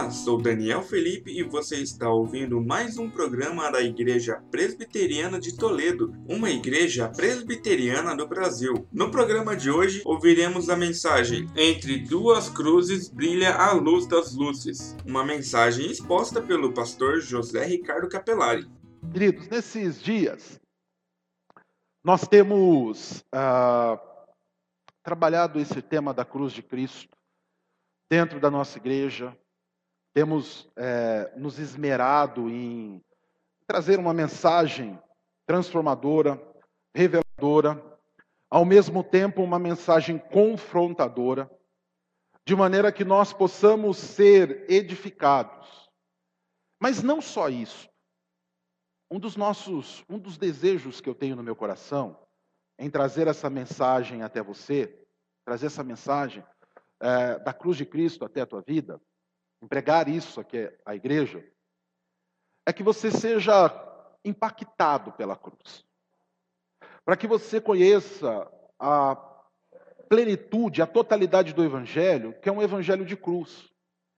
Olá, sou Daniel Felipe e você está ouvindo mais um programa da Igreja Presbiteriana de Toledo, uma igreja presbiteriana do Brasil. No programa de hoje, ouviremos a mensagem Entre Duas Cruzes Brilha a Luz das Luzes, uma mensagem exposta pelo pastor José Ricardo Capelari. Queridos, nesses dias, nós temos trabalhado esse tema da cruz de Cristo dentro da nossa igreja, temos nos esmerado em trazer uma mensagem transformadora, reveladora, ao mesmo tempo uma mensagem confrontadora, de maneira que nós possamos ser edificados. Mas não só isso. Um dos desejos que eu tenho no meu coração em trazer essa mensagem até você, trazer essa mensagem da cruz de Cristo até a tua vida, empregar isso aqui à igreja, é que você seja impactado pela cruz. Para que você conheça a plenitude, a totalidade do Evangelho, que é um Evangelho de cruz.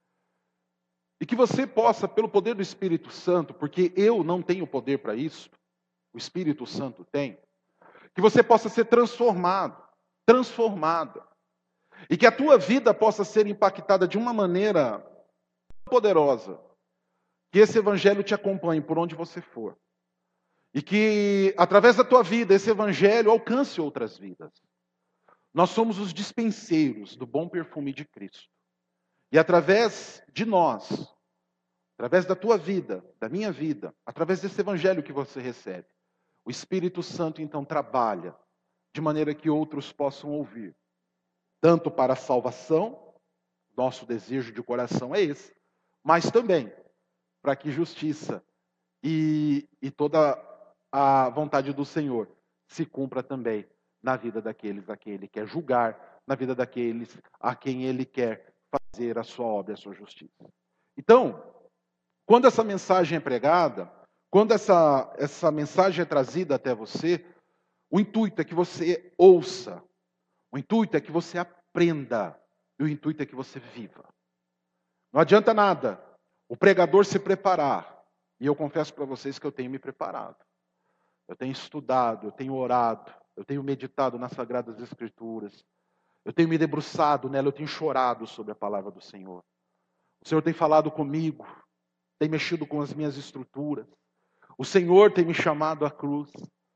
E que você possa, pelo poder do Espírito Santo, porque eu não tenho poder para isso, o Espírito Santo tem, que você possa ser transformado, transformada. E que a tua vida possa ser impactada de uma maneira poderosa. Que esse evangelho te acompanhe por onde você for. E que, através da tua vida, esse evangelho alcance outras vidas. Nós somos os dispenseiros do bom perfume de Cristo. E através de nós, através da tua vida, da minha vida, através desse evangelho que você recebe, o Espírito Santo então trabalha de maneira que outros possam ouvir. Tanto para a salvação, nosso desejo de coração é esse, mas também para que justiça e toda a vontade do Senhor se cumpra também na vida daqueles a quem Ele quer julgar, na vida daqueles a quem Ele quer fazer a sua obra, a sua justiça. Então, quando essa mensagem é pregada, quando essa mensagem é trazida até você, o intuito é que você ouça, o intuito é que você aprenda, e o intuito é que você viva. Não adianta nada o pregador se preparar, e eu confesso para vocês que eu tenho me preparado. Eu tenho estudado, eu tenho orado, eu tenho meditado nas Sagradas Escrituras, eu tenho me debruçado nela, eu tenho chorado sobre a palavra do Senhor. O Senhor tem falado comigo, tem mexido com as minhas estruturas. O Senhor tem me chamado à cruz.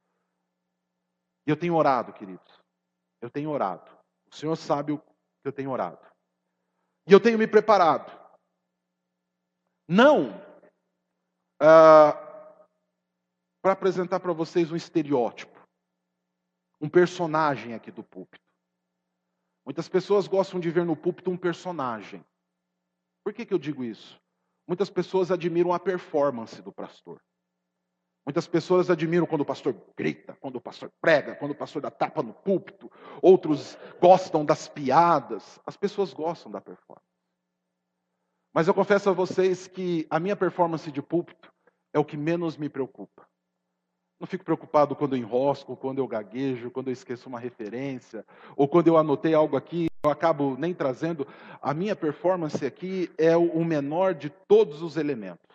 E eu tenho orado, queridos. Eu tenho orado. O Senhor sabe o que eu tenho orado. E eu tenho me preparado. Não para apresentar para vocês um estereótipo, um personagem aqui do púlpito. Muitas pessoas gostam de ver no púlpito um personagem. Por que eu digo isso? Muitas pessoas admiram a performance do pastor. Muitas pessoas admiram quando o pastor grita, quando o pastor prega, quando o pastor dá tapa no púlpito. Outros gostam das piadas. As pessoas gostam da performance. Mas eu confesso a vocês que a minha performance de púlpito é o que menos me preocupa. Não fico preocupado quando eu enrosco, quando eu gaguejo, quando eu esqueço uma referência, ou quando eu anotei algo aqui, eu acabo nem trazendo. A minha performance aqui é o menor de todos os elementos.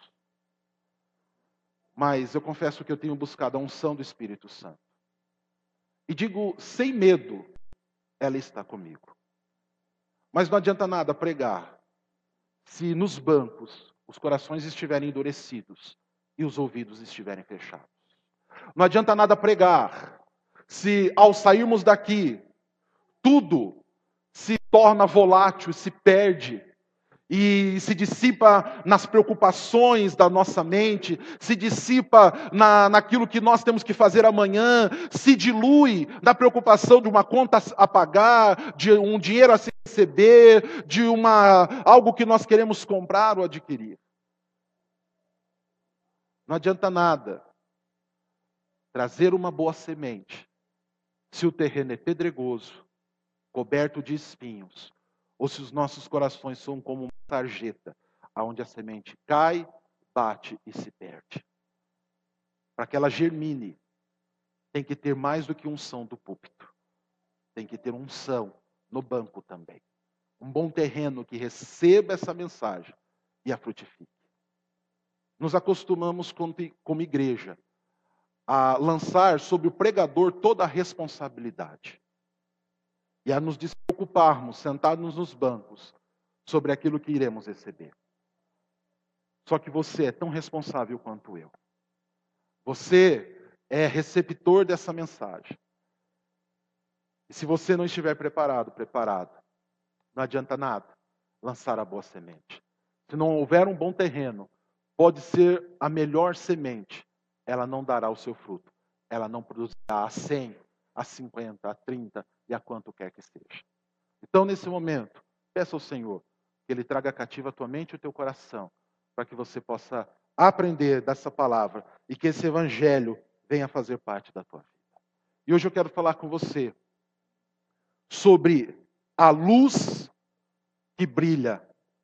Mas eu confesso que eu tenho buscado a unção do Espírito Santo. E digo sem medo, ela está comigo. Mas não adianta nada pregar se nos bancos os corações estiverem endurecidos e os ouvidos estiverem fechados. Não adianta nada pregar se ao sairmos daqui tudo se torna volátil, se perde e se dissipa nas preocupações da nossa mente, se dissipa naquilo que nós temos que fazer amanhã, se dilui na preocupação de uma conta a pagar, de um dinheiro a se receber, de algo que nós queremos comprar ou adquirir. Não adianta nada trazer uma boa semente se o terreno é pedregoso, coberto de espinhos, ou se os nossos corações são como uma sarjeta, onde a semente cai, bate e se perde. Para que ela germine, tem que ter mais do que unção do púlpito. Tem que ter unção no banco também. Um bom terreno que receba essa mensagem e a frutifique. Nos acostumamos como igreja a lançar sobre o pregador toda a responsabilidade e a nos despreocuparmos, sentados nos bancos, sobre aquilo que iremos receber. Só que você é tão responsável quanto eu. Você é receptor dessa mensagem. E se você não estiver preparado, não adianta nada lançar a boa semente. Se não houver um bom terreno, pode ser a melhor semente, ela não dará o seu fruto. Ela não produzirá a 100, a 50, a 30 e a quanto quer que seja. Então, nesse momento, peça ao Senhor que Ele traga cativa a tua mente e o teu coração, para que você possa aprender dessa palavra e que esse evangelho venha fazer parte da tua vida. E hoje eu quero falar com você sobre a luz que brilha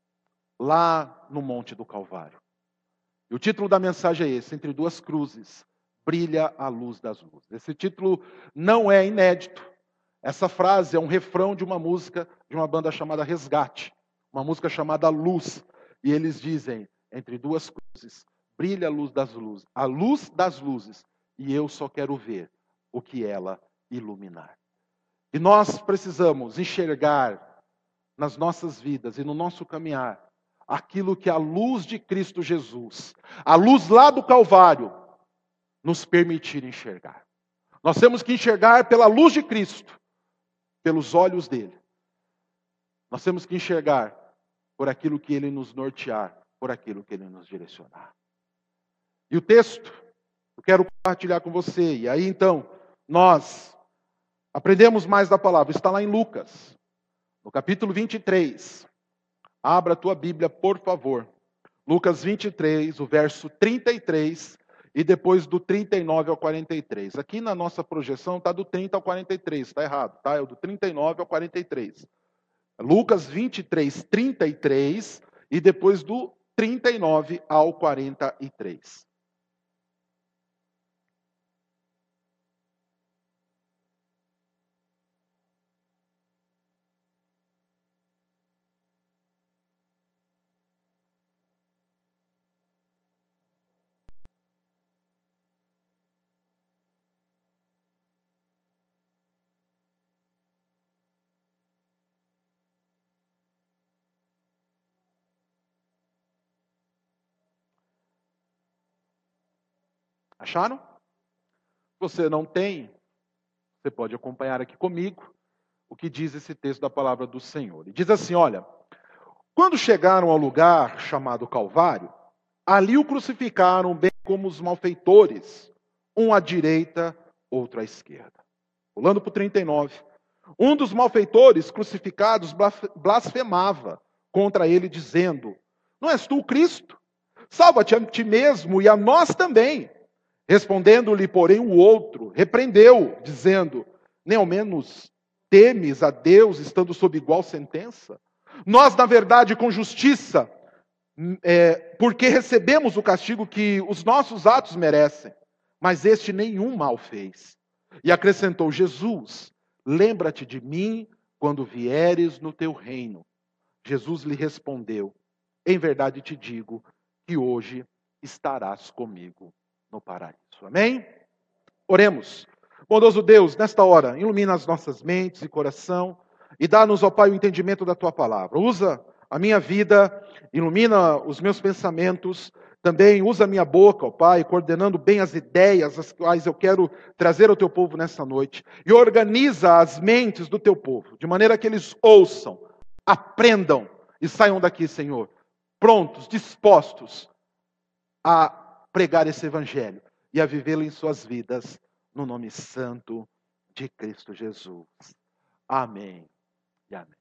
lá no Monte do Calvário. E o título da mensagem é esse: entre duas cruzes, brilha a luz das luzes. Esse título não é inédito. Essa frase é um refrão de uma música de uma banda chamada Resgate, uma música chamada Luz. E eles dizem, entre duas cruzes, brilha a luz das luzes, e eu só quero ver o que ela iluminar. E nós precisamos enxergar nas nossas vidas e no nosso caminhar aquilo que a luz de Cristo Jesus, a luz lá do Calvário, nos permitir enxergar. Nós temos que enxergar pela luz de Cristo, pelos olhos dele. Nós temos que enxergar por aquilo que ele nos nortear, por aquilo que ele nos direcionar. E o texto, eu quero compartilhar com você. E aí então, nós aprendemos mais da palavra. Está lá em Lucas, no capítulo 23. Abra a tua Bíblia, por favor. Lucas 23, o verso 33 e depois do 39 ao 43. Aqui na nossa projeção está do 30 ao 43, está errado, tá? É o do 39 ao 43. Lucas 23, 33 e depois do 39 ao 43. Acharam? Se você não tem, você pode acompanhar aqui comigo o que diz esse texto da palavra do Senhor. E diz assim, olha: quando chegaram ao lugar chamado Calvário, ali o crucificaram bem como os malfeitores, um à direita, outro à esquerda. Pulando para o 39. Um dos malfeitores crucificados blasfemava contra ele, dizendo: não és tu o Cristo? Salva-te a ti mesmo e a nós também. Respondendo-lhe, porém, o outro repreendeu, dizendo: nem ao menos temes a Deus, estando sob igual sentença? Nós, na verdade, com justiça, porque recebemos o castigo que os nossos atos merecem, mas este nenhum mal fez. E acrescentou Jesus: lembra-te de mim quando vieres no teu reino. Jesus lhe respondeu: em verdade te digo que hoje estarás comigo no paraíso. Amém? Oremos. Bondoso Deus, nesta hora, ilumina as nossas mentes e coração e dá-nos, ó Pai, o entendimento da Tua palavra. Usa a minha vida, ilumina os meus pensamentos, também usa a minha boca, ó Pai, coordenando bem as ideias as quais eu quero trazer ao Teu povo nesta noite. E organiza as mentes do Teu povo, de maneira que eles ouçam, aprendam e saiam daqui, Senhor, prontos, dispostos a pregar esse evangelho e a vivê-lo em suas vidas, no nome santo de Cristo Jesus. Amém e amém.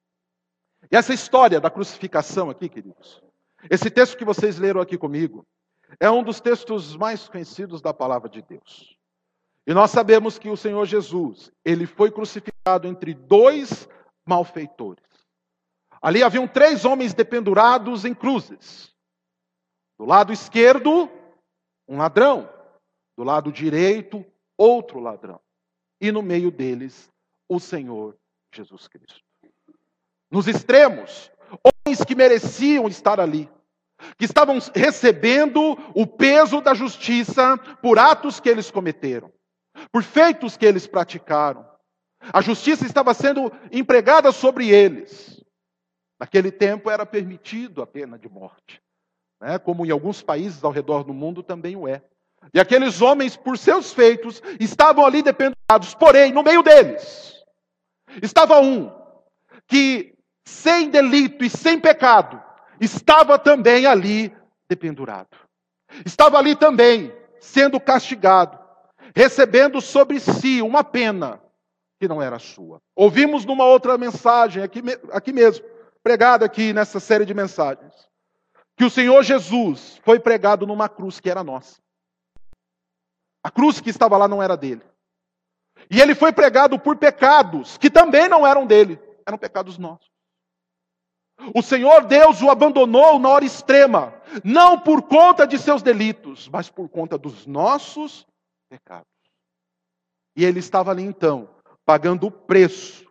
E essa história da crucificação aqui, queridos, esse texto que vocês leram aqui comigo, é um dos textos mais conhecidos da palavra de Deus. E nós sabemos que o Senhor Jesus, ele foi crucificado entre dois malfeitores. Ali haviam 3 homens dependurados em cruzes. Do lado esquerdo, um ladrão. Do lado direito, outro ladrão. E no meio deles, o Senhor Jesus Cristo. Nos extremos, homens que mereciam estar ali. que estavam recebendo o peso da justiça por atos que eles cometeram, por feitos que eles praticaram. A justiça estava sendo empregada sobre eles. Naquele tempo era permitido a pena de morte, né? Como em alguns países ao redor do mundo também o é. E aqueles homens, por seus feitos, estavam ali dependurados. Porém, no meio deles, estava um que, sem delito e sem pecado, estava também ali dependurado. Estava ali também sendo castigado, recebendo sobre si uma pena que não era sua. Ouvimos numa outra mensagem, aqui mesmo, pregada aqui nessa série de mensagens, que o Senhor Jesus foi pregado numa cruz que era nossa. A cruz que estava lá não era dele. E ele foi pregado por pecados que também não eram dele, eram pecados nossos. O Senhor Deus o abandonou na hora extrema, não por conta de seus delitos, mas por conta dos nossos pecados. E ele estava ali então, pagando o preço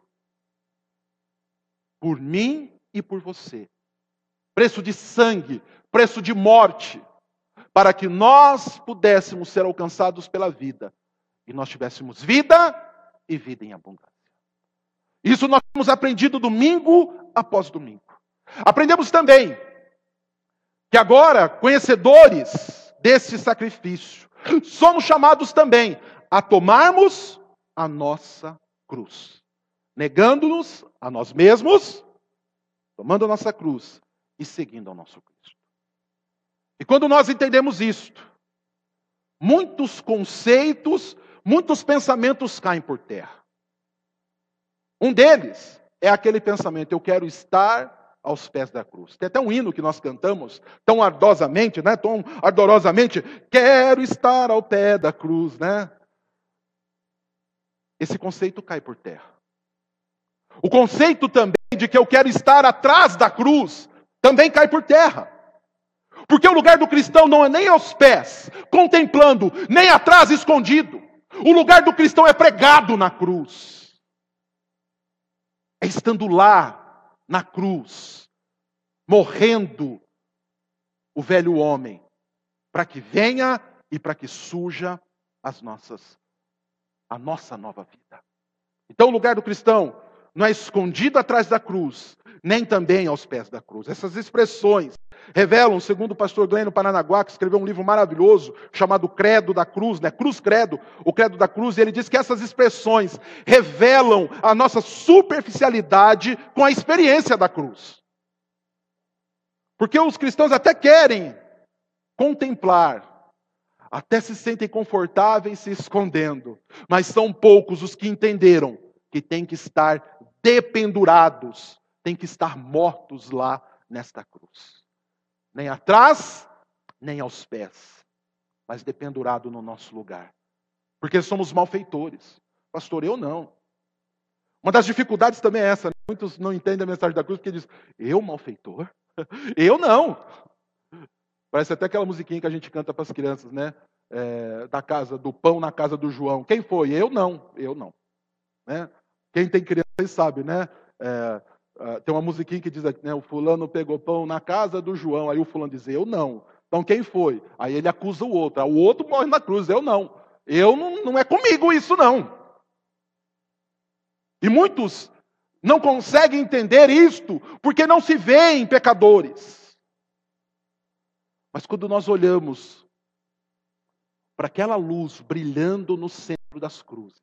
por mim e por você. Preço de sangue, preço de morte, para que nós pudéssemos ser alcançados pela vida. E nós tivéssemos vida e vida em abundância. Isso nós temos aprendido domingo após domingo. Aprendemos também que agora, conhecedores desse sacrifício, somos chamados também a tomarmos a nossa cruz. Negando-nos a nós mesmos, tomando a nossa cruz e seguindo ao nosso Cristo. E quando nós entendemos isto, muitos conceitos, muitos pensamentos caem por terra. Um deles é aquele pensamento: eu quero estar aos pés da cruz. Tem até um hino que nós cantamos tão ardosamente, né? Tão ardorosamente, quero estar ao pé da cruz, né? Esse conceito cai por terra. O conceito também de que eu quero estar atrás da cruz também cai por terra. Porque o lugar do cristão não é nem aos pés, contemplando, nem atrás escondido. O lugar do cristão é pregado na cruz. É estando lá, na cruz, morrendo o velho homem, para que venha e para que surja a nossa nova vida. Então o lugar do cristão não é escondido atrás da cruz, nem também aos pés da cruz. Essas expressões revelam, segundo o pastor Glênio Paranaguá, que escreveu um livro maravilhoso chamado Credo da Cruz, né? Cruz Credo, o Credo da Cruz, e ele diz que essas expressões revelam a nossa superficialidade com a experiência da cruz. Porque os cristãos até querem contemplar, até se sentem confortáveis se escondendo, mas são poucos os que entenderam que tem que estar dependurados, tem que estar mortos lá nesta cruz. Nem atrás, nem aos pés, mas dependurado no nosso lugar. Porque somos malfeitores. Pastor, eu não. Uma das dificuldades também é essa, né? Muitos não entendem a mensagem da cruz porque dizem, eu malfeitor? Eu não. Parece até aquela musiquinha que a gente canta para as crianças, né? Da casa do pão na casa do João. Quem foi? Eu não. Né? Quem tem criança sabe, né? Tem uma musiquinha que diz, né, o fulano pegou pão na casa do João. Aí o fulano diz, eu não. Então quem foi? Aí ele acusa o outro. Aí o outro morre na cruz, eu não. Não é comigo isso não. E muitos não conseguem entender isto porque não se veem pecadores. Mas quando nós olhamos para aquela luz brilhando no centro das cruzes,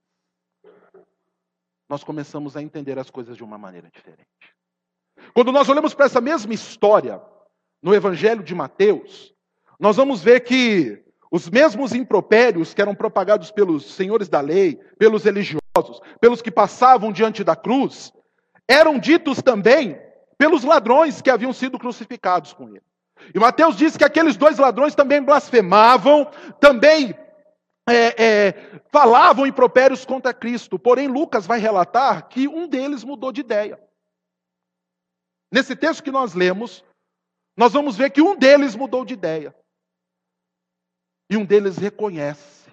nós começamos a entender as coisas de uma maneira diferente. Quando nós olhamos para essa mesma história no Evangelho de Mateus, nós vamos ver que os mesmos impropérios que eram propagados pelos senhores da lei, pelos religiosos, pelos que passavam diante da cruz, eram ditos também pelos ladrões que haviam sido crucificados com ele. E Mateus diz que aqueles dois ladrões também blasfemavam, também falavam impropérios contra Cristo. Porém, Lucas vai relatar que um deles mudou de ideia. Nesse texto que nós lemos, nós vamos ver que um deles mudou de ideia. E um deles reconhece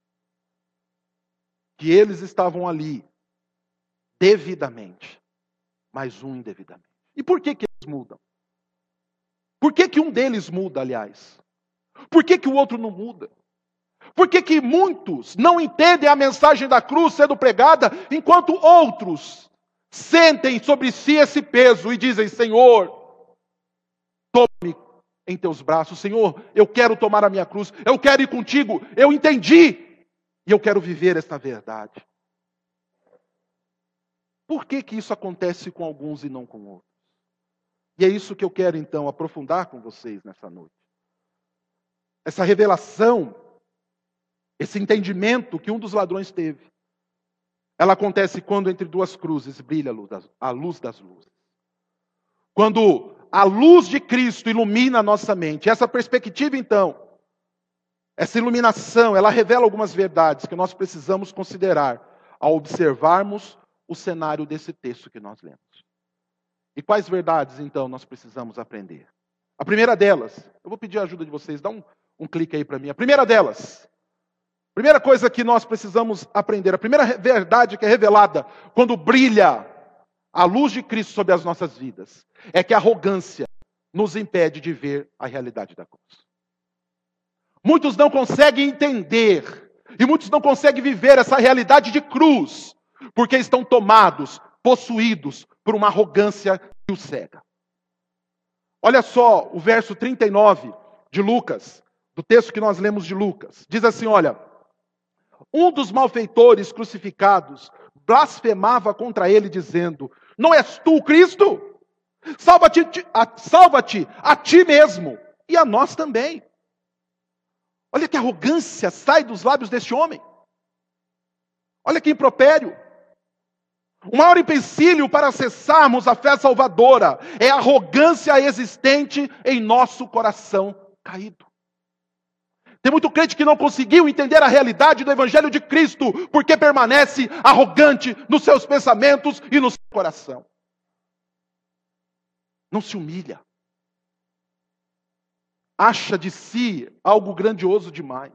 que eles estavam ali devidamente, mas um indevidamente. E por que eles mudam? Por que que um deles muda, aliás? Por que que o outro não muda? Por que que muitos não entendem a mensagem da cruz sendo pregada, enquanto outros sentem sobre si esse peso e dizem: Senhor, tome em teus braços. Senhor, eu quero tomar a minha cruz, eu quero ir contigo, eu entendi e eu quero viver esta verdade. Por que que isso acontece com alguns e não com outros? E é isso que eu quero então aprofundar com vocês nessa noite. Essa revelação, esse entendimento que um dos ladrões teve, ela acontece quando entre duas cruzes brilha a luz das luzes. Quando a luz de Cristo ilumina a nossa mente. Essa perspectiva, então, essa iluminação, ela revela algumas verdades que nós precisamos considerar ao observarmos o cenário desse texto que nós lemos. E quais verdades, então, nós precisamos aprender? A primeira delas, eu vou pedir a ajuda de vocês, dá um clique aí para mim. A primeira delas, primeira coisa que nós precisamos aprender, a primeira verdade que é revelada quando brilha a luz de Cristo sobre as nossas vidas, é que a arrogância nos impede de ver a realidade da cruz. Muitos não conseguem entender, e muitos não conseguem viver essa realidade de cruz, porque estão tomados, possuídos por uma arrogância que os cega. Olha só o verso 39 de Lucas, do texto que nós lemos de Lucas. Diz assim, olha: um dos malfeitores crucificados blasfemava contra ele, dizendo: não és tu o Cristo? Salva-te a ti mesmo e a nós também. Olha que arrogância sai dos lábios deste homem. Olha que impropério. O maior empecilho para acessarmos a fé salvadora é a arrogância existente em nosso coração caído. Tem muito crente que não conseguiu entender a realidade do Evangelho de Cristo, porque permanece arrogante nos seus pensamentos e no seu coração. Não se humilha. Acha de si algo grandioso demais.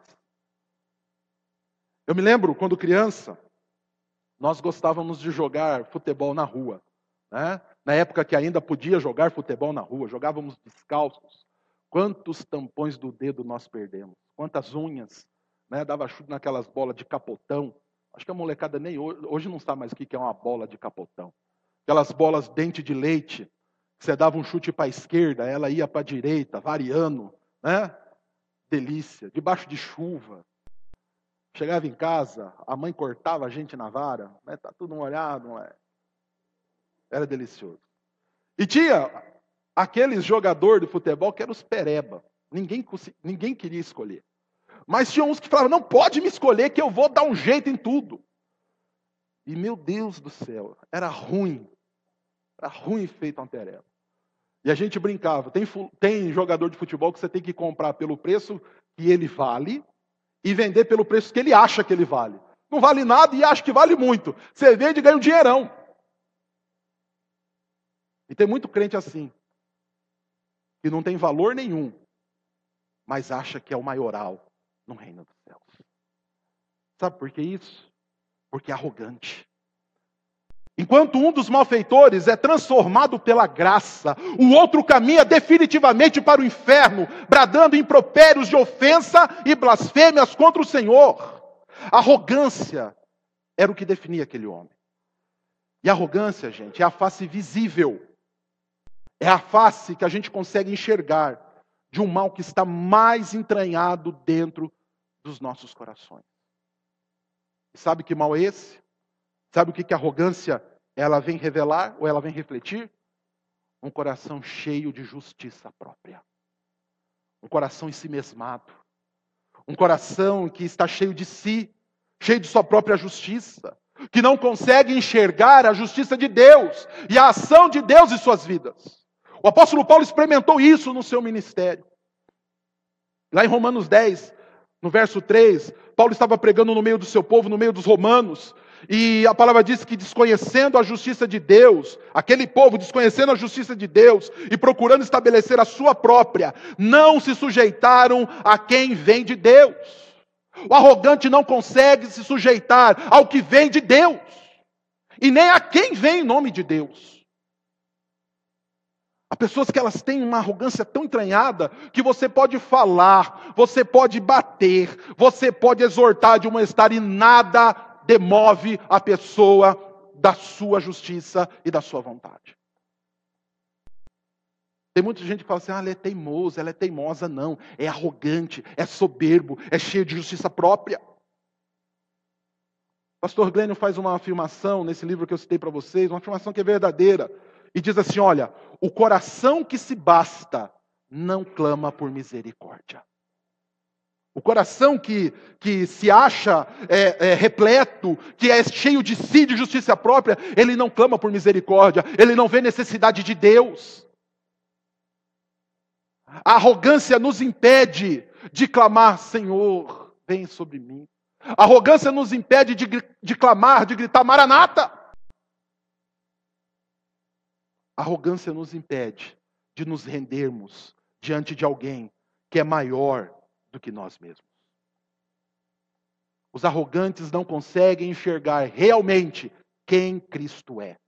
Eu me lembro, quando criança, nós gostávamos de jogar futebol na rua, né? Na época que ainda podia jogar futebol na rua, jogávamos descalços. Quantos tampões do dedo nós perdemos? Quantas unhas, né? Dava chute naquelas bolas de capotão. Acho que a molecada nem hoje não sabe mais o que é uma bola de capotão. Aquelas bolas dente de leite, você dava um chute para a esquerda, ela ia para a direita, variando, né? Delícia, debaixo de chuva. Chegava em casa, a mãe cortava a gente na vara, né? Tá tudo molhado, não é? Era delicioso. E tinha aqueles jogadores de futebol que eram os pereba. Ninguém queria escolher. Mas tinha uns que falavam: não pode me escolher que eu vou dar um jeito em tudo. E meu Deus do céu, era ruim. Era ruim feito uma pereba. E a gente brincava. Tem jogador de futebol que você tem que comprar pelo preço que ele vale e vender pelo preço que ele acha que ele vale. Não vale nada e acha que vale muito. Você vende e ganha um dinheirão. E tem muito crente assim, que não tem valor nenhum, mas acha que é o maioral no reino dos céus. Sabe por que isso? Porque é arrogante. Enquanto um dos malfeitores é transformado pela graça, o outro caminha definitivamente para o inferno, bradando impropérios de ofensa e blasfêmias contra o Senhor. A arrogância era o que definia aquele homem. E a arrogância, gente, é a face visível. É a face que a gente consegue enxergar de um mal que está mais entranhado dentro dos nossos corações. E sabe que mal é esse? Sabe o que a arrogância ela vem revelar ou ela vem refletir? Um coração cheio de justiça própria. Um coração ensimesmado. Um coração que está cheio de si, cheio de sua própria justiça, que não consegue enxergar a justiça de Deus e a ação de Deus em suas vidas. O apóstolo Paulo experimentou isso no seu ministério. Lá em Romanos 10, no verso 3, Paulo estava pregando no meio do seu povo, no meio dos romanos, e a palavra diz que desconhecendo a justiça de Deus, aquele povo desconhecendo a justiça de Deus e procurando estabelecer a sua própria, não se sujeitaram a quem vem de Deus. O arrogante não consegue se sujeitar ao que vem de Deus, e nem a quem vem em nome de Deus. pessoas que elas têm uma arrogância tão entranhada que você pode falar, você pode bater, você pode exortar, admoestar e nada demove a pessoa da sua justiça e da sua vontade. Tem muita gente que fala assim, ela é teimosa, ela é teimosa. Não, é arrogante, é soberbo, é cheio de justiça própria. Pastor Glênio faz uma afirmação nesse livro que eu citei para vocês, uma afirmação que é verdadeira. E diz assim, olha, o coração que se basta não clama por misericórdia. O coração que se acha repleto, que é cheio de si, de justiça própria, ele não clama por misericórdia, ele não vê necessidade de Deus. A arrogância nos impede de clamar, Senhor, vem sobre mim. A arrogância nos impede de clamar, de gritar, Maranata. A arrogância nos impede de nos rendermos diante de alguém que é maior do que nós mesmos. Os arrogantes não conseguem enxergar realmente quem Cristo é.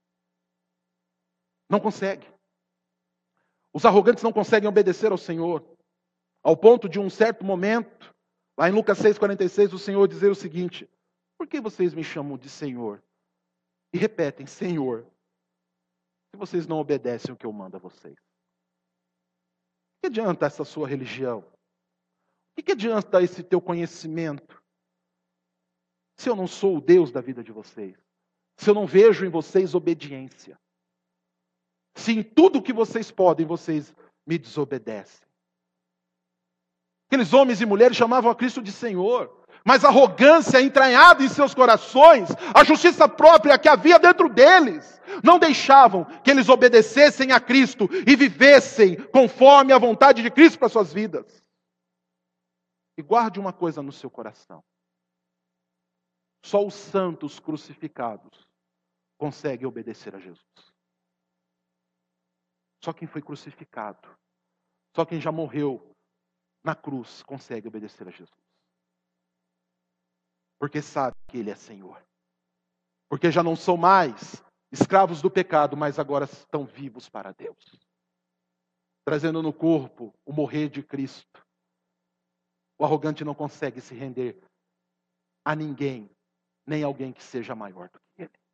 Não consegue. Os arrogantes não conseguem obedecer ao Senhor, ao ponto de um certo momento, lá em Lucas 6,46, o Senhor dizer o seguinte, por que vocês me chamam de Senhor? E repetem, Senhor, se vocês não obedecem o que eu mando a vocês. O que adianta essa sua religião? O que adianta esse teu conhecimento? Se eu não sou o Deus da vida de vocês, se eu não vejo em vocês obediência, se em tudo que vocês podem, vocês me desobedecem. Aqueles homens e mulheres chamavam a Cristo de Senhor, mas a arrogância entranhada em seus corações, a justiça própria que havia dentro deles, não deixavam que eles obedecessem a Cristo e vivessem conforme a vontade de Cristo para suas vidas. E guarde uma coisa no seu coração. Só os santos crucificados conseguem obedecer a Jesus. Só quem foi crucificado, só quem já morreu na cruz consegue obedecer a Jesus. Porque sabe que Ele é Senhor. Porque já não são mais escravos do pecado, mas agora estão vivos para Deus. Trazendo no corpo o morrer de Cristo. O arrogante não consegue se render a ninguém, nem alguém que seja maior do que ele.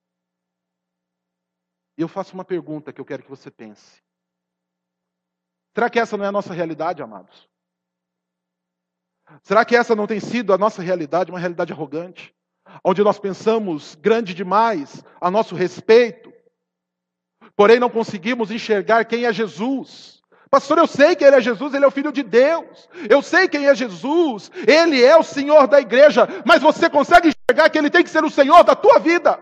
E eu faço uma pergunta que eu quero que você pense. Será que essa não é a nossa realidade, amados? Será que essa não tem sido a nossa realidade, uma realidade arrogante? Onde nós pensamos grande demais a nosso respeito, porém não conseguimos enxergar quem é Jesus. Pastor, eu sei quem Ele é Jesus, Ele é o Filho de Deus. Eu sei quem é Jesus, Ele é o Senhor da igreja. Mas você consegue enxergar que Ele tem que ser o Senhor da tua vida?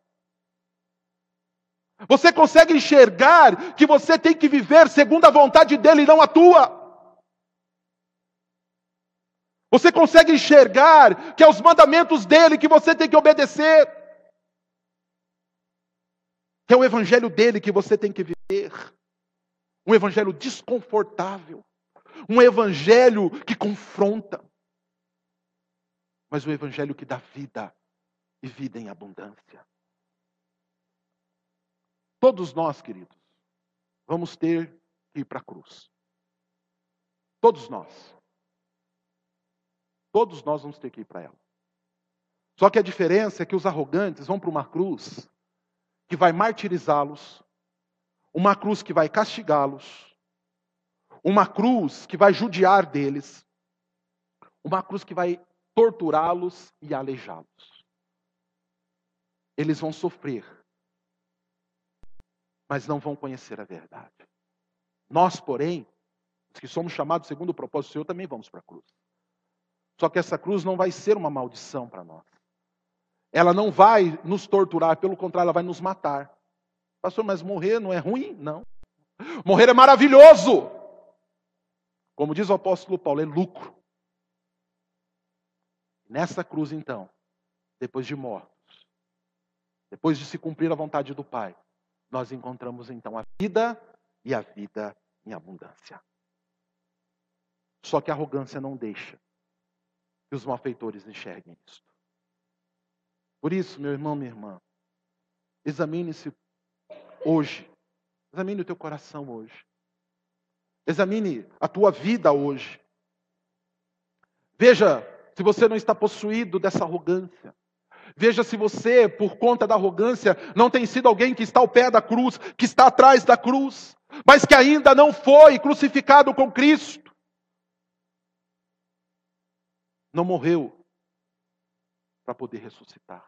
Você consegue enxergar que você tem que viver segundo a vontade dEle e não a tua? Você consegue enxergar que é os mandamentos dEle que você tem que obedecer? Que é o evangelho dEle que você tem que viver? Um evangelho desconfortável. Um evangelho que confronta. Mas um evangelho que dá vida. E vida em abundância. Todos nós, queridos, vamos ter que ir para a cruz. Todos nós. Todos nós vamos ter que ir para ela. Só que a diferença é que os arrogantes vão para uma cruz que vai martirizá-los, uma cruz que vai castigá-los, uma cruz que vai judiar deles, uma cruz que vai torturá-los e aleijá-los. Eles vão sofrer, mas não vão conhecer a verdade. Nós, porém, os que somos chamados segundo o propósito do Senhor, também vamos para a cruz. Só que essa cruz não vai ser uma maldição para nós. Ela não vai nos torturar, pelo contrário, ela vai nos matar. Pastor, mas morrer não é ruim? Não. Morrer é maravilhoso. Como diz o apóstolo Paulo, é lucro. Nessa cruz, então, depois de mortos, depois de se cumprir a vontade do Pai, nós encontramos então a vida e a vida em abundância. Só que a arrogância não deixa que os malfeitores enxerguem isso. Por isso, meu irmão, minha irmã, examine-se hoje Examine o teu coração hoje. Examine a tua vida hoje. Veja se você não está possuído dessa arrogância. Veja se você, por conta da arrogância, não tem sido alguém que está ao pé da cruz, que está atrás da cruz, mas que ainda não foi crucificado com Cristo. Não morreu para poder ressuscitar.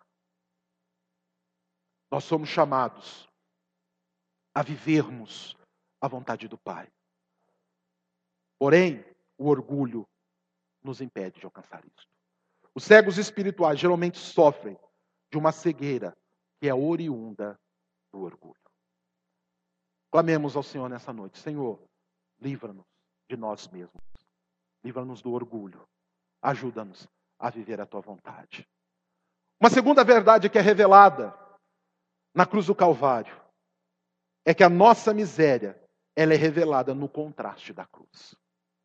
Nós somos chamados a vivermos a vontade do Pai. Porém, o orgulho nos impede de alcançar isso. Os cegos espirituais geralmente sofrem de uma cegueira que é oriunda do orgulho. Clamemos ao Senhor nessa noite. Senhor, livra-nos de nós mesmos. Livra-nos do orgulho. Ajuda-nos a viver a tua vontade. Uma segunda verdade que é revelada na cruz do Calvário é que a nossa miséria, ela é revelada no contraste da cruz.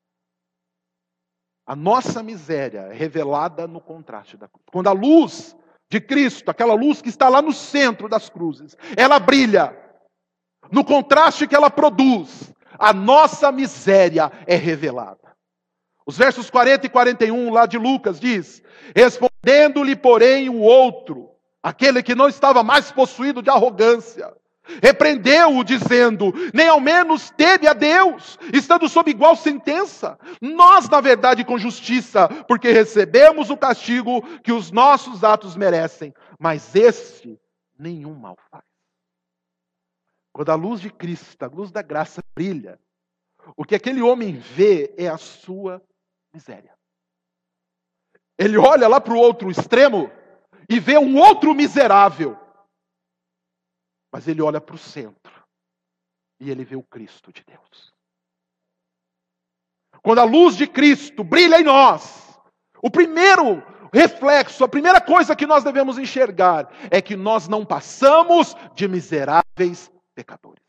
A nossa miséria é revelada no contraste da cruz. Quando a luz de Cristo, aquela luz que está lá no centro das cruzes, ela brilha, no contraste que ela produz, a nossa miséria é revelada. Os versos 40 e 41 lá de Lucas diz: respondendo-lhe, porém, o outro, aquele que não estava mais possuído de arrogância, repreendeu-o dizendo: nem ao menos teme a Deus, estando sob igual sentença. Nós, na verdade, com justiça, porque recebemos o castigo que os nossos atos merecem, mas este nenhum mal faz. Quando a luz de Cristo, a luz da graça brilha, o que aquele homem vê é a sua miséria. Ele olha lá para o outro extremo e vê um outro miserável. Mas ele olha para o centro e ele vê o Cristo de Deus. Quando a luz de Cristo brilha em nós, o primeiro reflexo, a primeira coisa que nós devemos enxergar é que nós não passamos de miseráveis pecadores.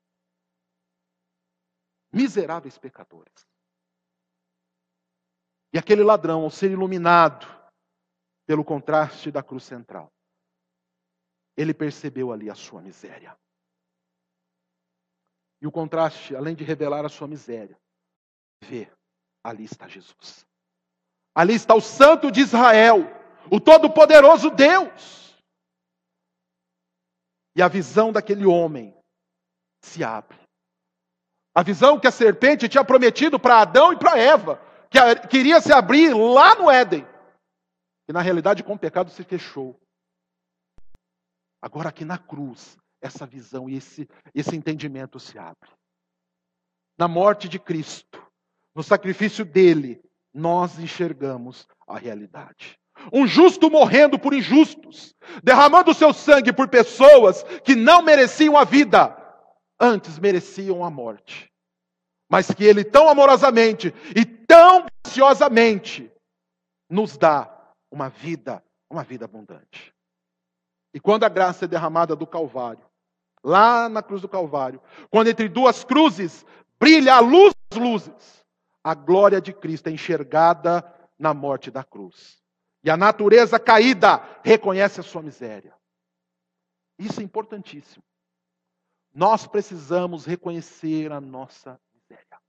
Miseráveis pecadores. E aquele ladrão, ao ser iluminado pelo contraste da cruz central, ele percebeu ali a sua miséria. E o contraste, além de revelar a sua miséria, vê, ali está Jesus. Ali está o Santo de Israel, o Todo-Poderoso Deus. E a visão daquele homem se abre. A visão que a serpente tinha prometido para Adão e para Eva, que iria se abrir lá no Éden, e na realidade com o pecado se fechou. Agora aqui na cruz, essa visão e esse entendimento se abre. Na morte de Cristo, no sacrifício dele, nós enxergamos a realidade. Um justo morrendo por injustos, derramando o seu sangue por pessoas que não mereciam a vida, antes mereciam a morte. Mas que ele tão amorosamente e tão graciosamente nos dá uma vida abundante. E quando a graça é derramada do Calvário, lá na cruz do Calvário, quando entre duas cruzes brilha a luz das luzes, a glória de Cristo é enxergada na morte da cruz. E a natureza caída reconhece a sua miséria. Isso é importantíssimo. Nós precisamos reconhecer a nossa miséria.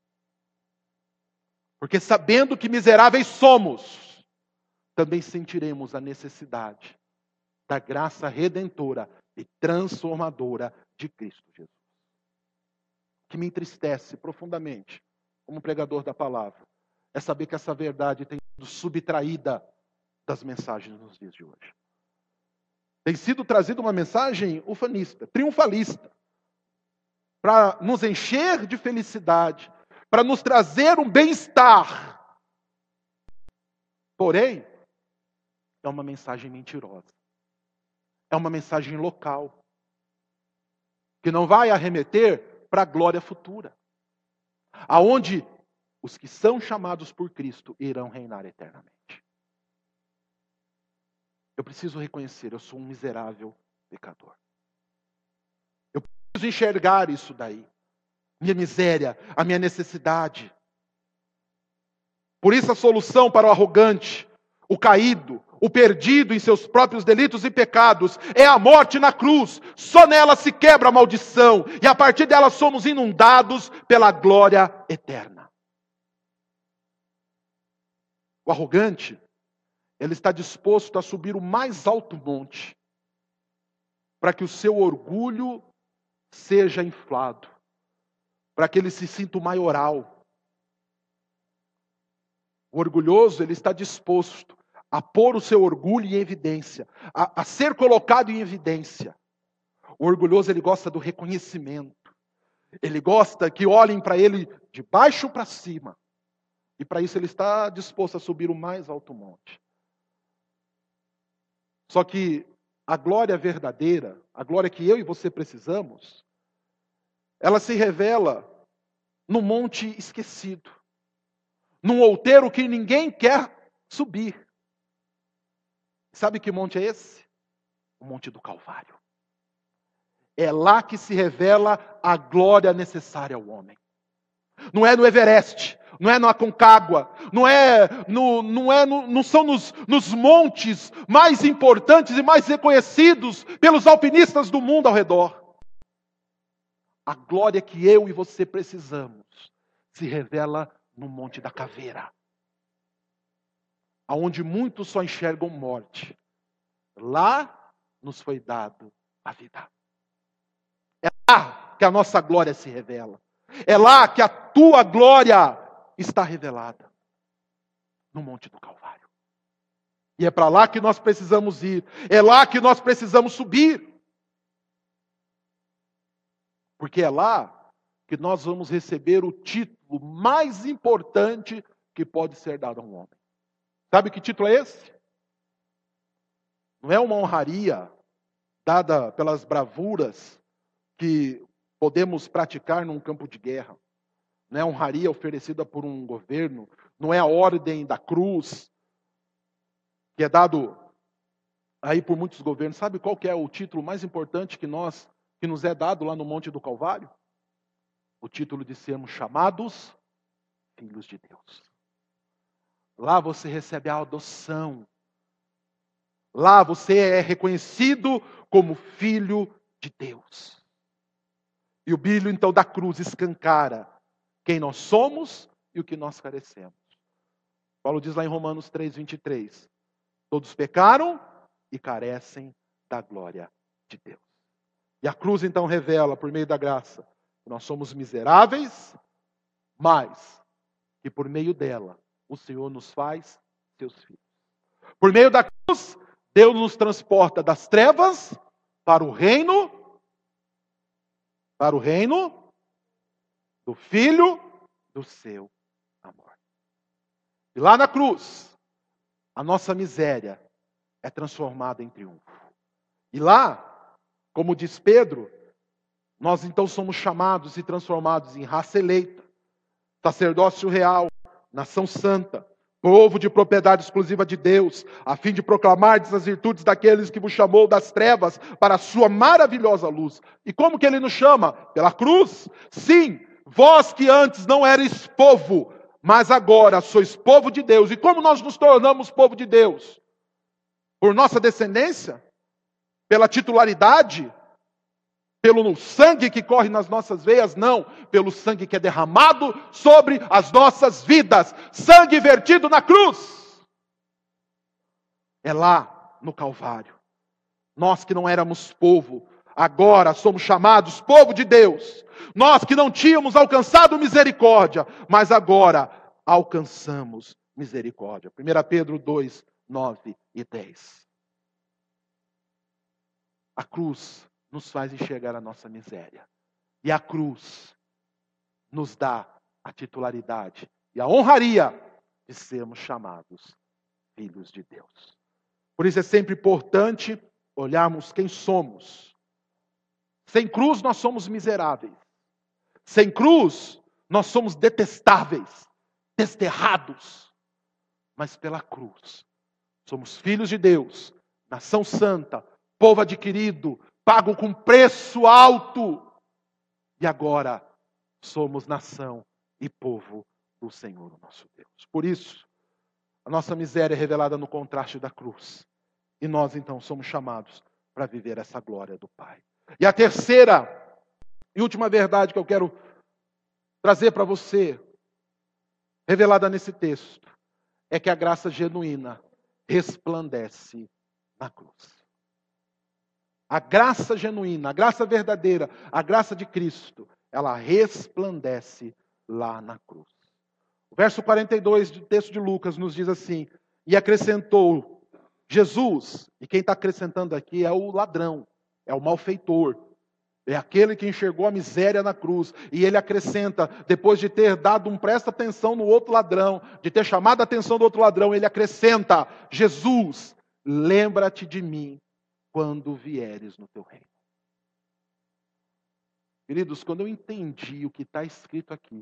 Porque sabendo que miseráveis somos, também sentiremos a necessidade da graça redentora e transformadora de Cristo Jesus. O que me entristece profundamente, como pregador da palavra, é saber que essa verdade tem sido subtraída das mensagens nos dias de hoje. Tem sido trazida uma mensagem ufanista, triunfalista, para nos encher de felicidade, para nos trazer um bem-estar. Porém, é uma mensagem mentirosa. É uma mensagem local, que não vai arremeter para a glória futura, aonde os que são chamados por Cristo irão reinar eternamente. Eu preciso reconhecer, eu sou um miserável pecador. Eu preciso enxergar isso daí, minha miséria, a minha necessidade. Por isso a solução para o arrogante, o caído, o perdido em seus próprios delitos e pecados, é a morte na cruz. Só nela se quebra a maldição, e a partir dela somos inundados pela glória eterna. O arrogante, ele está disposto a subir o mais alto monte, para que o seu orgulho seja inflado, para que ele se sinta o maioral. O orgulhoso, ele está disposto a pôr o seu orgulho em evidência, a ser colocado em evidência. O orgulhoso, ele gosta do reconhecimento. Ele gosta que olhem para ele de baixo para cima. E para isso ele está disposto a subir o mais alto monte. Só que a glória verdadeira, a glória que eu e você precisamos, ela se revela no monte esquecido, num outeiro que ninguém quer subir. Sabe que monte é esse? O Monte do Calvário. É lá que se revela a glória necessária ao homem. Não é no Everest, não é no Aconcagua, não são nos montes mais importantes e mais reconhecidos pelos alpinistas do mundo ao redor. A glória que eu e você precisamos se revela no Monte da Caveira, aonde muitos só enxergam morte. Lá nos foi dado a vida. É lá que a nossa glória se revela. É lá que a tua glória está revelada, no Monte do Calvário. E é para lá que nós precisamos ir. É lá que nós precisamos subir. Porque é lá que nós vamos receber o título mais importante que pode ser dado a um homem. Sabe que título é esse? Não é uma honraria dada pelas bravuras que podemos praticar num campo de guerra. Não é a honraria oferecida por um governo. Não é a ordem da cruz, que é dado aí por muitos governos. Sabe qual que é o título mais importante que nos é dado lá no Monte do Calvário? O título de sermos chamados filhos de Deus. Lá você recebe a adoção. Lá você é reconhecido como filho de Deus. E o brilho então da cruz escancara quem nós somos e o que nós carecemos. Paulo diz lá em Romanos 3:23, todos pecaram e carecem da glória de Deus. E a cruz então revela, por meio da graça, que nós somos miseráveis, mas que por meio dela o Senhor nos faz seus filhos. Por meio da cruz, Deus nos transporta das trevas para o reino do Filho do seu amor. E lá na cruz, a nossa miséria é transformada em triunfo. E lá, como diz Pedro, nós então somos chamados e transformados em raça eleita, sacerdócio real, nação santa, povo de propriedade exclusiva de Deus, a fim de proclamar as virtudes daqueles que vos chamou das trevas para a sua maravilhosa luz. E como que ele nos chama? Pela cruz. Sim, vós que antes não erais povo, mas agora sois povo de Deus. E como nós nos tornamos povo de Deus? Por nossa descendência? Pela titularidade? Pelo sangue que corre nas nossas veias? Não, pelo sangue que é derramado sobre as nossas vidas. Sangue vertido na cruz. É lá no Calvário. Nós que não éramos povo, agora somos chamados povo de Deus. Nós que não tínhamos alcançado misericórdia, mas agora alcançamos misericórdia. 1 Pedro 2, 9 e 10. A cruz nos faz enxergar a nossa miséria. E a cruz nos dá a titularidade e a honraria de sermos chamados filhos de Deus. Por isso é sempre importante olharmos quem somos. Sem cruz nós somos miseráveis. Sem cruz nós somos detestáveis, desterrados. Mas pela cruz somos filhos de Deus, nação santa, povo adquirido, pago com preço alto. E agora somos nação e povo do Senhor, o nosso Deus. Por isso, A nossa miséria é revelada no contraste da cruz. E nós, então, somos chamados para viver essa glória do Pai. E a terceira e última verdade que eu quero trazer para você, revelada nesse texto, é que a graça genuína resplandece na cruz. A graça genuína, a graça verdadeira, a graça de Cristo, ela resplandece lá na cruz. O verso 42 do texto de Lucas nos diz assim: e acrescentou Jesus, e quem está acrescentando aqui é o ladrão, é o malfeitor, é aquele que enxergou a miséria na cruz, e ele acrescenta, depois de ter dado presta atenção no outro ladrão, de ter chamado a atenção do outro ladrão, ele acrescenta: Jesus, lembra-te de mim quando vieres no teu reino. Queridos, quando eu entendi o que está escrito aqui,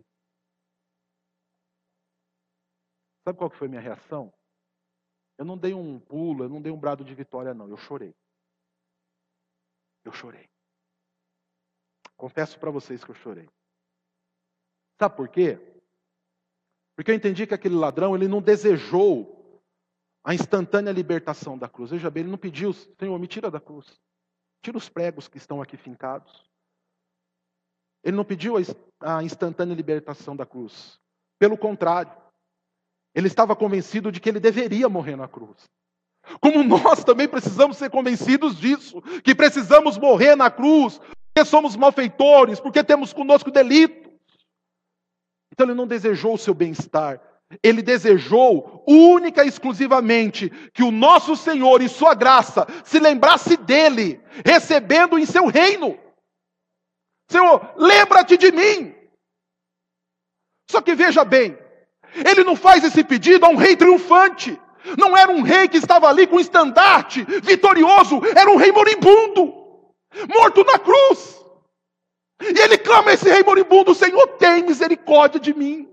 sabe qual que foi a minha reação? Eu não dei um pulo, eu não dei um brado de vitória, não. Eu chorei. Eu chorei. Confesso para vocês que eu chorei. Sabe por quê? Porque eu entendi que aquele ladrão, ele não desejou a instantânea libertação da cruz. Veja bem, ele não pediu: Senhor, me tira da cruz. Tira os pregos que estão aqui fincados. Ele não pediu a instantânea libertação da cruz. Pelo contrário, ele estava convencido de que ele deveria morrer na cruz. Como nós também precisamos ser convencidos disso, que precisamos morrer na cruz, porque somos malfeitores, porque temos conosco delitos. Então ele não desejou o seu bem-estar, ele desejou única e exclusivamente que o nosso Senhor e sua graça se lembrasse dele, recebendo em seu reino. Senhor, lembra-te de mim. Só que veja bem, ele não faz esse pedido a um rei triunfante. Não era um rei que estava ali com um estandarte vitorioso, era um rei moribundo, morto na cruz. E ele clama a esse rei moribundo: Senhor, tem misericórdia de mim.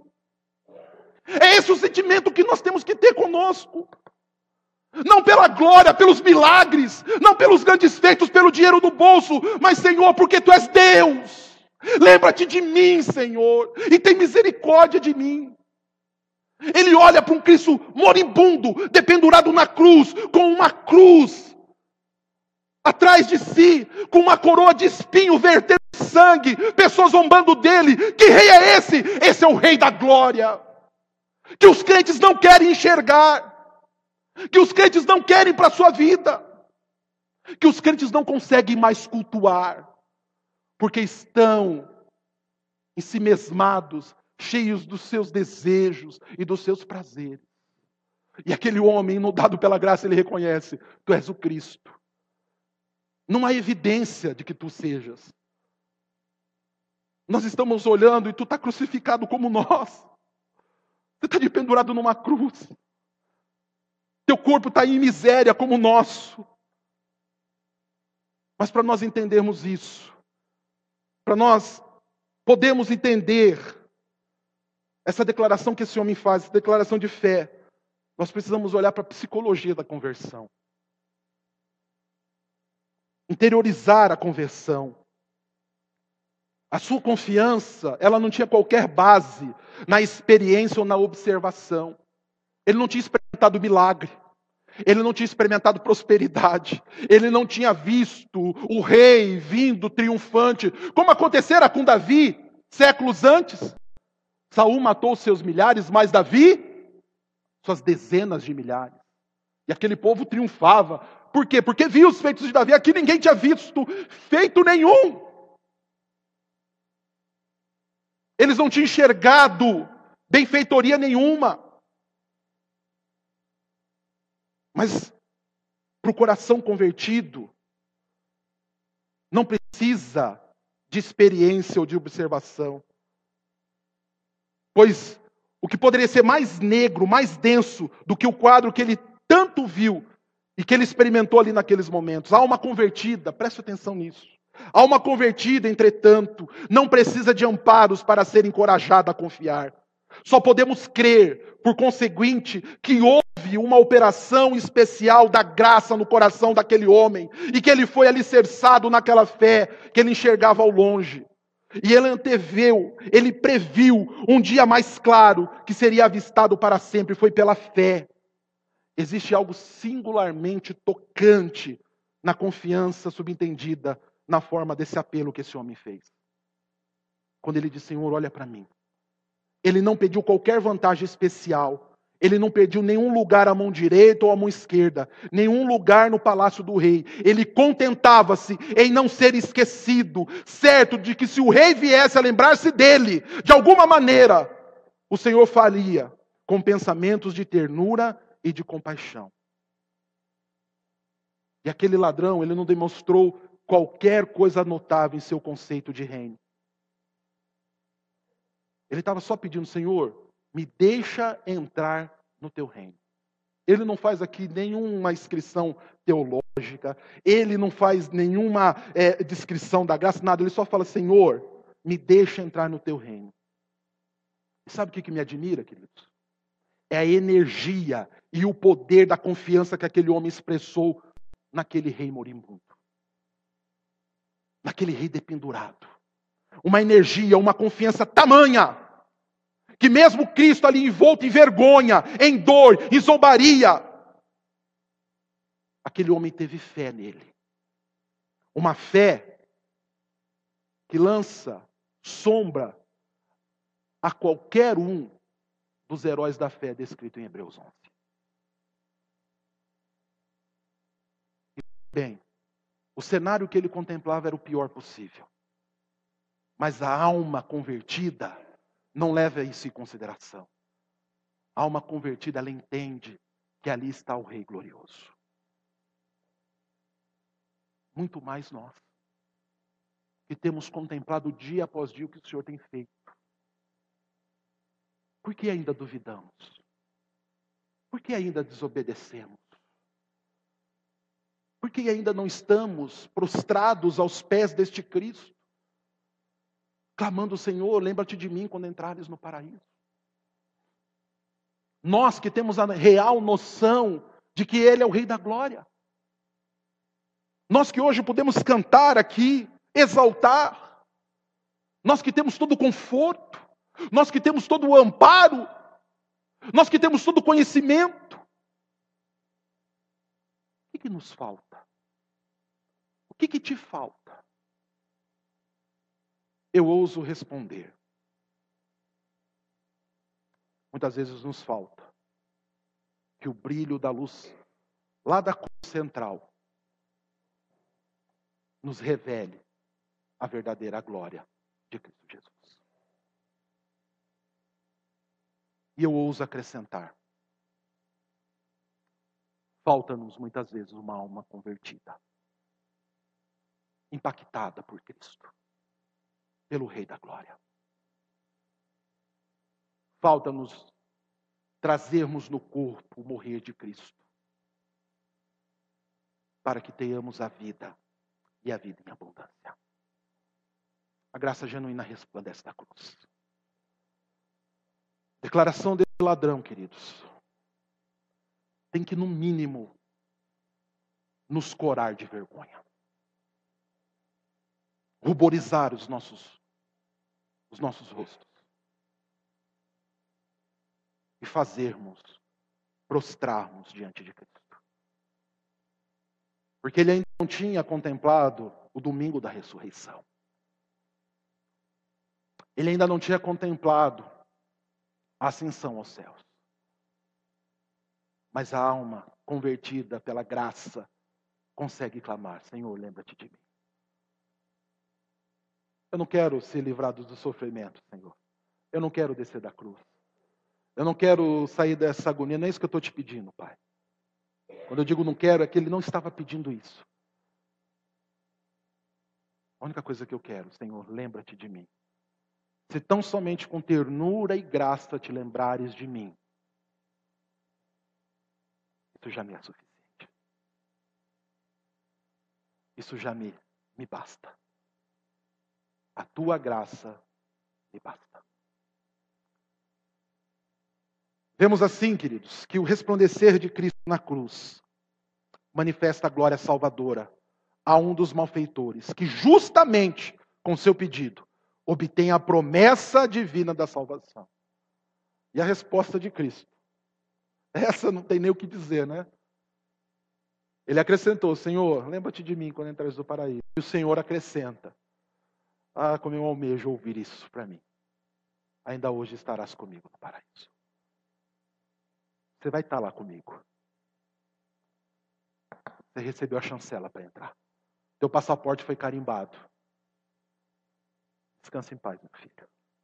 É esse o sentimento que nós temos que ter conosco. Não pela glória, pelos milagres, não pelos grandes feitos, pelo dinheiro no bolso, mas, Senhor, porque Tu és Deus. Lembra-te de mim, Senhor, e tem misericórdia de mim. Ele olha para um Cristo moribundo, dependurado na cruz, com uma cruz atrás de si, com uma coroa de espinho vertendo sangue, pessoas zombando dele. Que rei é esse? Esse é o rei da glória, que os crentes não querem enxergar, que os crentes não querem para a sua vida, que os crentes não conseguem mais cultuar, porque estão ensimesmados, cheios dos seus desejos e dos seus prazeres. E aquele homem, inundado pela graça, ele reconhece: Tu és o Cristo. Não há evidência de que Tu sejas. Nós estamos olhando e Tu está crucificado como nós. Você está pendurado numa cruz. Teu corpo está em miséria como o nosso. Mas para nós entendermos isso, para nós podermos entender essa declaração que esse homem faz, essa declaração de fé, nós precisamos olhar para a psicologia da conversão. Interiorizar a conversão. A sua confiança, ela não tinha qualquer base na experiência ou na observação. Ele não tinha experimentado milagre. Ele não tinha experimentado prosperidade. Ele não tinha visto o rei vindo triunfante, como acontecera com Davi séculos antes. Saul matou os seus milhares, mas Davi, suas dezenas de milhares. E aquele povo triunfava. Por quê? Porque viu os feitos de Davi. Aqui ninguém tinha visto feito nenhum. Eles não tinham enxergado benfeitoria nenhuma. Mas para o coração convertido, não precisa de experiência ou de observação. Pois o que poderia ser mais negro, mais denso do que o quadro que ele tanto viu e que ele experimentou ali naqueles momentos. A alma convertida, preste atenção nisso. A alma convertida, entretanto, não precisa de amparos para ser encorajada a confiar. Só podemos crer, por conseguinte, que houve uma operação especial da graça no coração daquele homem e que ele foi alicerçado naquela fé que ele enxergava ao longe. E ele anteveu, ele previu um dia mais claro que seria avistado para sempre. Foi pela fé. Existe algo singularmente tocante na confiança subentendida na forma desse apelo que esse homem fez. Quando ele disse, Senhor, olha para mim. Ele não pediu qualquer vantagem especial. Ele não pediu nenhum lugar à mão direita ou à mão esquerda. Nenhum lugar no palácio do rei. Ele contentava-se em não ser esquecido. Certo de que se o rei viesse a lembrar-se dele, de alguma maneira, o Senhor faria com pensamentos de ternura e de compaixão. E aquele ladrão, ele não demonstrou qualquer coisa notável em seu conceito de reino. Ele estava só pedindo, Senhor, me deixa entrar no teu reino. Ele não faz aqui nenhuma inscrição teológica, ele não faz nenhuma descrição da graça, nada. Ele só fala, Senhor, me deixa entrar no teu reino. E sabe o que me admira, queridos? É a energia e o poder da confiança que aquele homem expressou naquele rei moribundo. Naquele rei dependurado. Uma energia, uma confiança tamanha, que mesmo Cristo ali envolto em vergonha, em dor, em zombaria, aquele homem teve fé nele. Uma fé que lança sombra a qualquer um dos heróis da fé descrito em Hebreus 11. Bem, o cenário que ele contemplava era o pior possível. Mas a alma convertida não leva isso em consideração. A alma convertida, ela entende que ali está o Rei glorioso. Muito mais nós, que temos contemplado dia após dia o que o Senhor tem feito. Por que ainda duvidamos? Por que ainda desobedecemos? Por que ainda não estamos prostrados aos pés deste Cristo? Clamando, Senhor, lembra-te de mim quando entrares no paraíso. Nós que temos a real noção de que Ele é o Rei da Glória. Nós que hoje podemos cantar aqui, exaltar. Nós que temos todo o conforto. Nós que temos todo o amparo. Nós que temos todo o conhecimento. O que nos falta? O que te falta? Eu ouso responder. Muitas vezes nos falta que o brilho da luz lá da cruz central nos revele a verdadeira glória de Cristo Jesus. E eu ouso acrescentar. Falta-nos muitas vezes uma alma convertida, impactada por Cristo, pelo Rei da Glória. Falta-nos trazermos no corpo o morrer de Cristo, para que tenhamos a vida e a vida em abundância. A graça genuína resplandece da cruz. Declaração desse ladrão, queridos, tem que, no mínimo, nos corar de vergonha. Ruborizar os nossos rostos. E prostrarmos diante de Cristo. Porque ele ainda não tinha contemplado o domingo da ressurreição. Ele ainda não tinha contemplado a ascensão aos céus. Mas a alma convertida pela graça consegue clamar, Senhor, lembra-te de mim. Eu não quero ser livrado do sofrimento, Senhor. Eu não quero descer da cruz. Eu não quero sair dessa agonia. Não é isso que eu estou te pedindo, Pai. Quando eu digo não quero, é que Ele não estava pedindo isso. A única coisa que eu quero, Senhor, lembra-te de mim. Se tão somente com ternura e graça te lembrares de mim, isso já me é suficiente. Isso já me basta. A tua graça me basta. Vemos assim, queridos, que o resplandecer de Cristo na cruz manifesta a glória salvadora a um dos malfeitores, que justamente com seu pedido obtém a promessa divina da salvação. E a resposta de Cristo Essa não tem nem o que dizer, né? Ele acrescentou: Senhor, lembra-te de mim quando entrares no paraíso. E o Senhor acrescenta: ah, como eu almejo ouvir isso para mim. Ainda hoje estarás comigo no paraíso. Você vai estar lá comigo. Você recebeu a chancela para entrar. Teu passaporte foi carimbado. Descanse em paz, meu filho.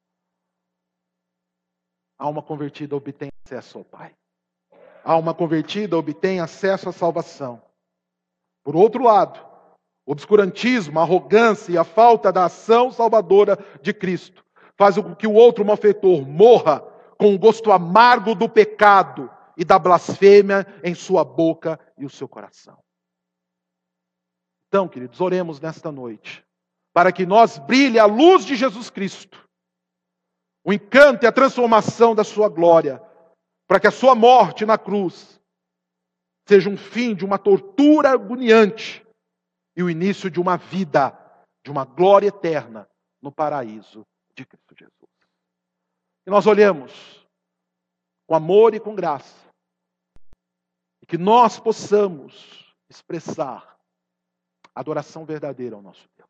Alma convertida obtém acesso ao Pai. Alma convertida obtém acesso à salvação. Por outro lado, o obscurantismo, a arrogância e a falta da ação salvadora de Cristo faz com que o outro malfeitor morra com o gosto amargo do pecado e da blasfêmia em sua boca e o seu coração. Então, queridos, oremos nesta noite, para que nós brilhe a luz de Jesus Cristo, o encanto e a transformação da sua glória, para que a sua morte na cruz seja um fim de uma tortura agoniante e o início de uma vida, de uma glória eterna no paraíso de Cristo Jesus. Que nós olhemos com amor e com graça, e que nós possamos expressar adoração verdadeira ao nosso Deus.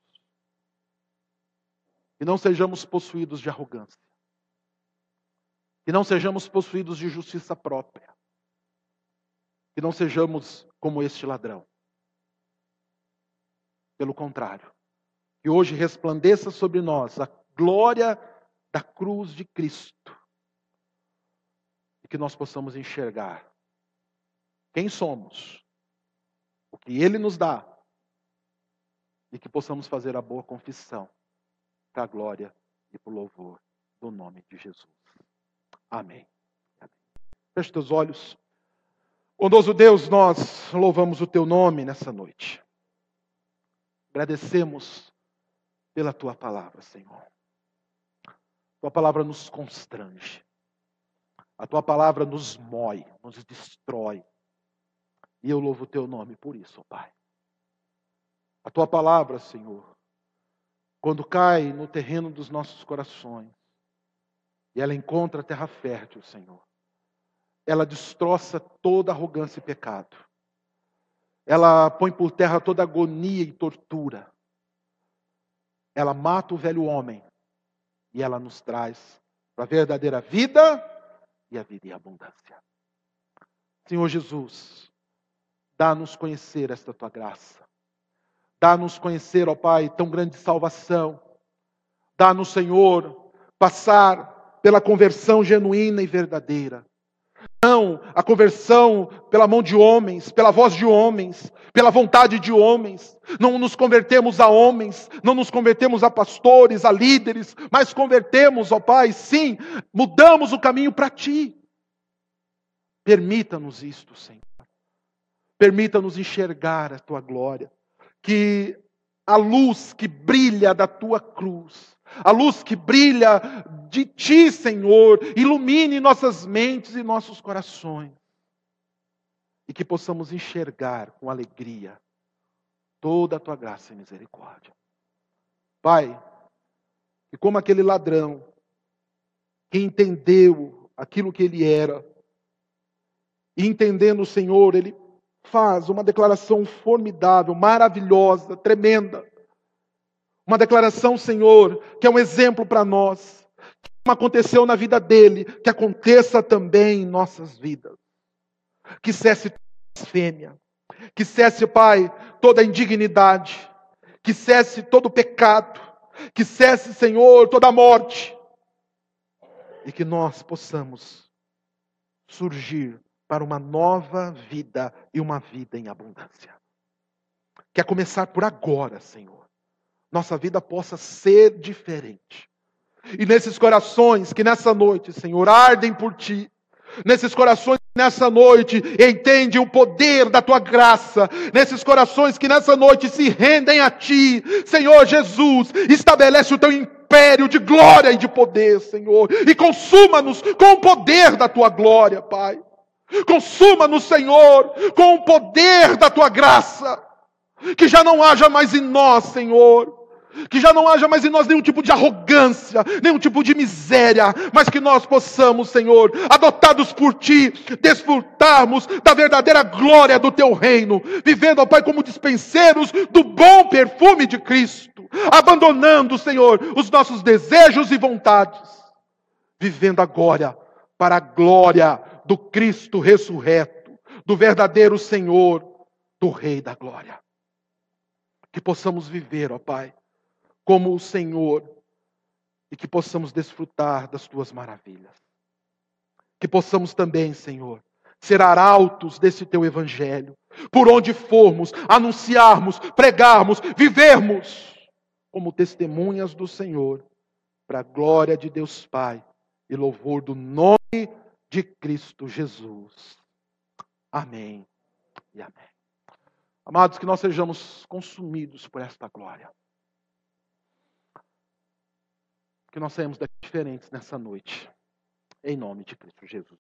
Que não sejamos possuídos de arrogância. Que não sejamos possuídos de justiça própria. Que não sejamos como este ladrão. Pelo contrário, que hoje resplandeça sobre nós a glória da cruz de Cristo. E que nós possamos enxergar quem somos, o que Ele nos dá, e que possamos fazer a boa confissão para a glória e para o louvor do nome de Jesus. Amém. Feche teus olhos. Bondoso Deus, nós louvamos o Teu nome nessa noite. Agradecemos pela Tua palavra, Senhor. Tua palavra nos constrange. A Tua palavra nos mói, nos destrói. E eu louvo o Teu nome por isso, ó Pai. A Tua palavra, Senhor, quando cai no terreno dos nossos corações, e ela encontra a terra fértil, Senhor, ela destroça toda arrogância e pecado. Ela põe por terra toda agonia e tortura. Ela mata o velho homem, e ela nos traz para a verdadeira vida e a vida em abundância. Senhor Jesus, dá-nos conhecer esta Tua graça. Dá-nos conhecer, ó Pai, tão grande salvação. Dá-nos, Senhor, passar pela conversão genuína e verdadeira. Não a conversão pela mão de homens, pela voz de homens, pela vontade de homens. Não nos convertemos a homens, não nos convertemos a pastores, a líderes, mas convertemos, ó Pai, sim, mudamos o caminho para Ti. Permita-nos isto, Senhor. Permita-nos enxergar a Tua glória. Que a luz que brilha da Tua cruz, a luz que brilha de Ti, Senhor, ilumine nossas mentes e nossos corações. E que possamos enxergar com alegria toda a Tua graça e misericórdia. Pai, que como aquele ladrão que entendeu aquilo que ele era, e entendendo, Senhor, ele faz uma declaração formidável, maravilhosa, tremenda. Uma declaração, Senhor, que é um exemplo para nós. Como aconteceu na vida dele, que aconteça também em nossas vidas. Que cesse toda blasfêmia. Que cesse, Pai, toda indignidade. Que cesse todo pecado. Que cesse, Senhor, toda morte. E que nós possamos surgir para uma nova vida e uma vida em abundância. Quer começar por agora, Senhor. Nossa vida possa ser diferente. E nesses corações que nessa noite, Senhor, ardem por Ti. Nesses corações que nessa noite entendem o poder da Tua graça. Nesses corações que nessa noite se rendem a Ti. Senhor Jesus, estabelece o Teu império de glória e de poder, Senhor. E consuma-nos com o poder da Tua glória, Pai. Consuma-nos, Senhor, com o poder da Tua graça. Que já não haja mais em nós, Senhor, Que já não haja mais em nós nenhum tipo de arrogância, nenhum tipo de miséria, mas que nós possamos, Senhor, adotados por Ti, desfrutarmos da verdadeira glória do Teu reino, vivendo, ó Pai, como dispenseiros do bom perfume de Cristo, abandonando, Senhor, os nossos desejos e vontades, vivendo agora para a glória do Cristo ressurreto, do verdadeiro Senhor, do Rei da glória. Que possamos viver, ó Pai, como o Senhor, e que possamos desfrutar das Tuas maravilhas. Que possamos também, Senhor, ser arautos desse Teu Evangelho, por onde formos, anunciarmos, pregarmos, vivermos, como testemunhas do Senhor, para a glória de Deus Pai e louvor do nome de Cristo Jesus. Amém e amém. Amados, que nós sejamos consumidos por esta glória. Que nós saímos daqui diferentes nessa noite. Em nome de Cristo Jesus.